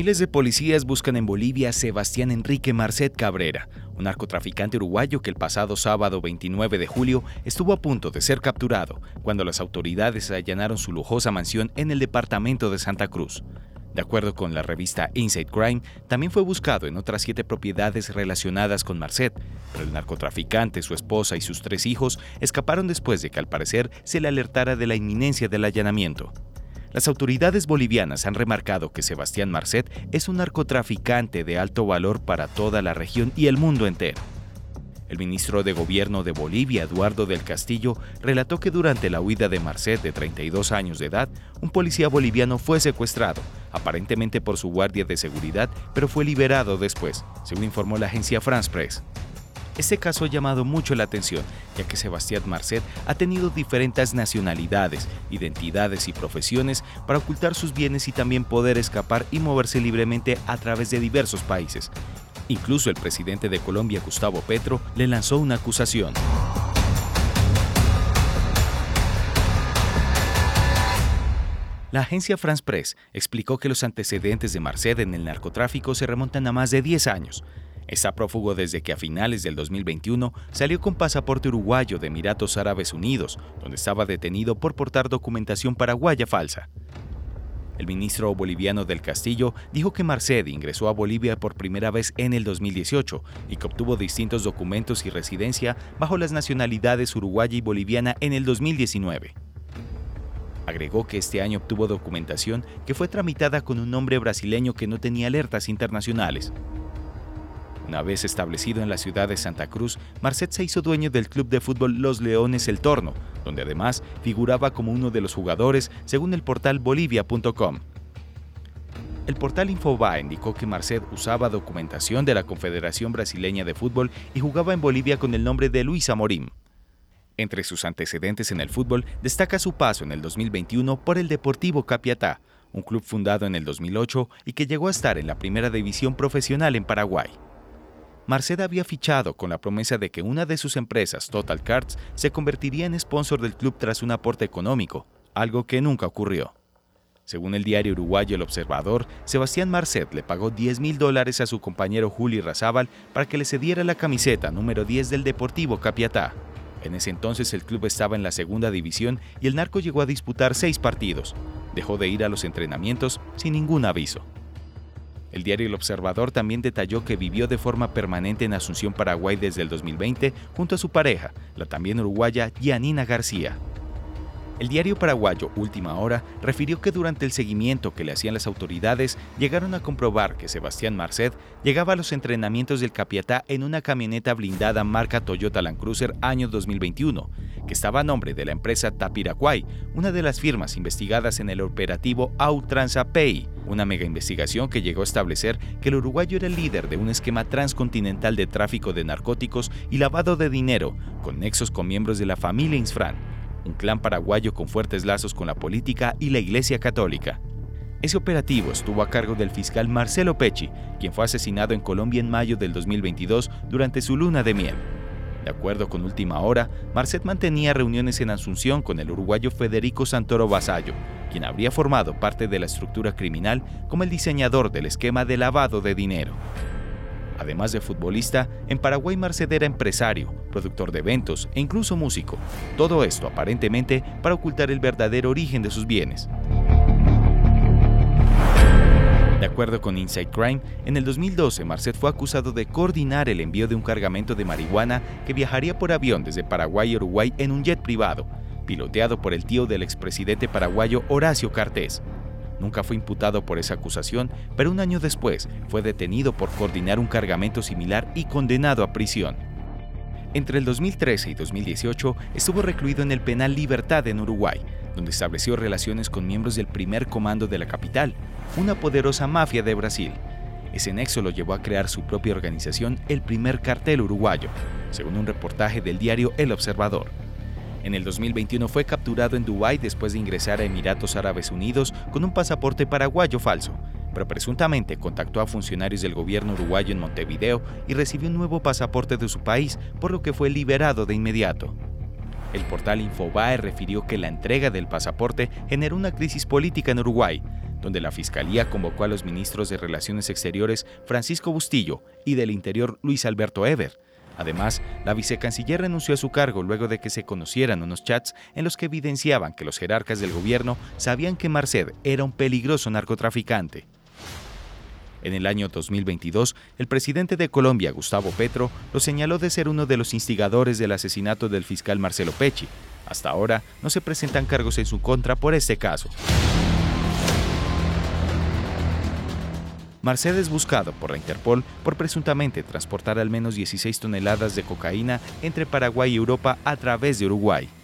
Miles de policías buscan en Bolivia a Sebastián Enrique Marcet Cabrera, un narcotraficante uruguayo que el pasado sábado 29 de julio estuvo a punto de ser capturado cuando las autoridades allanaron su lujosa mansión en el departamento de Santa Cruz. De acuerdo con la revista Inside Crime, también fue buscado en otras 7 propiedades relacionadas con Marcet, pero el narcotraficante, su esposa y sus 3 hijos escaparon después de que al parecer se le alertara de la inminencia del allanamiento. Las autoridades bolivianas han remarcado que Sebastián Marcet es un narcotraficante de alto valor para toda la región y el mundo entero. El ministro de Gobierno de Bolivia, Eduardo del Castillo, relató que durante la huida de Marcet, de 32 años de edad, un policía boliviano fue secuestrado, aparentemente por su guardia de seguridad, pero fue liberado después, según informó la agencia France Press. Este caso ha llamado mucho la atención, ya que Sebastián Marcet ha tenido diferentes nacionalidades, identidades y profesiones para ocultar sus bienes y también poder escapar y moverse libremente a través de diversos países. Incluso el presidente de Colombia, Gustavo Petro, le lanzó una acusación. La agencia France Press explicó que los antecedentes de Marcet en el narcotráfico se remontan a más de 10 años. Está prófugo desde que a finales del 2021 salió con pasaporte uruguayo de Emiratos Árabes Unidos, donde estaba detenido por portar documentación paraguaya falsa. El ministro boliviano del Castillo dijo que Marcet ingresó a Bolivia por primera vez en el 2018 y que obtuvo distintos documentos y residencia bajo las nacionalidades uruguaya y boliviana en el 2019. Agregó que este año obtuvo documentación que fue tramitada con un nombre brasileño que no tenía alertas internacionales. Una vez establecido en la ciudad de Santa Cruz, Marcet se hizo dueño del club de fútbol Los Leones El Torno, donde además figuraba como uno de los jugadores, según el portal bolivia.com. El portal Infobae indicó que Marcet usaba documentación de la Confederación Brasileña de Fútbol y jugaba en Bolivia con el nombre de Luis Amorim. Entre sus antecedentes en el fútbol destaca su paso en el 2021 por el Deportivo Capiatá, un club fundado en el 2008 y que llegó a estar en la primera división profesional en Paraguay. Marcet había fichado con la promesa de que una de sus empresas, Total Cards, se convertiría en sponsor del club tras un aporte económico, algo que nunca ocurrió. Según el diario uruguayo El Observador, Sebastián Marcet le pagó $10.000 a su compañero Juli Razábal para que le cediera la camiseta número 10 del Deportivo Capiatá. En ese entonces el club estaba en la segunda división y el narco llegó a disputar 6 partidos. Dejó de ir a los entrenamientos sin ningún aviso. El diario El Observador también detalló que vivió de forma permanente en Asunción, Paraguay desde el 2020 junto a su pareja, la también uruguaya Yanina García. El diario paraguayo Última Hora refirió que durante el seguimiento que le hacían las autoridades llegaron a comprobar que Sebastián Marcet llegaba a los entrenamientos del Capiatá en una camioneta blindada marca Toyota Land Cruiser año 2021, que estaba a nombre de la empresa Tapiraquay, una de las firmas investigadas en el operativo Autranza Pay, una mega investigación que llegó a establecer que el uruguayo era el líder de un esquema transcontinental de tráfico de narcóticos y lavado de dinero, con nexos con miembros de la familia Insfran, un clan paraguayo con fuertes lazos con la política y la Iglesia Católica. Ese operativo estuvo a cargo del fiscal Marcelo Pecci, quien fue asesinado en Colombia en mayo del 2022 durante su luna de miel. De acuerdo con Última Hora, Marcet mantenía reuniones en Asunción con el uruguayo Federico Santoro Vasallo, quien habría formado parte de la estructura criminal como el diseñador del esquema de lavado de dinero. Además de futbolista, en Paraguay Marcet era empresario, productor de eventos e incluso músico. Todo esto aparentemente para ocultar el verdadero origen de sus bienes. De acuerdo con Inside Crime, en el 2012 Marcet fue acusado de coordinar el envío de un cargamento de marihuana que viajaría por avión desde Paraguay a Uruguay en un jet privado, piloteado por el tío del expresidente paraguayo Horacio Cartés. Nunca fue imputado por esa acusación, pero un año después fue detenido por coordinar un cargamento similar y condenado a prisión. Entre el 2013 y 2018 estuvo recluido en el penal Libertad en Uruguay, donde estableció relaciones con miembros del primer comando de la capital, una poderosa mafia de Brasil. Ese nexo lo llevó a crear su propia organización, el primer cartel uruguayo, según un reportaje del diario El Observador. En el 2021 fue capturado en Dubái después de ingresar a Emiratos Árabes Unidos con un pasaporte paraguayo falso, pero presuntamente contactó a funcionarios del gobierno uruguayo en Montevideo y recibió un nuevo pasaporte de su país, por lo que fue liberado de inmediato. El portal Infobae refirió que la entrega del pasaporte generó una crisis política en Uruguay, donde la Fiscalía convocó a los ministros de Relaciones Exteriores Francisco Bustillo y del Interior Luis Alberto Heber. Además, la vicecanciller renunció a su cargo luego de que se conocieran unos chats en los que evidenciaban que los jerarcas del gobierno sabían que Marced era un peligroso narcotraficante. En el año 2022, el presidente de Colombia, Gustavo Petro, lo señaló de ser uno de los instigadores del asesinato del fiscal Marcelo Pecci. Hasta ahora, no se presentan cargos en su contra por este caso. Marced es buscado por la Interpol por presuntamente transportar al menos 16 toneladas de cocaína entre Paraguay y Europa a través de Uruguay.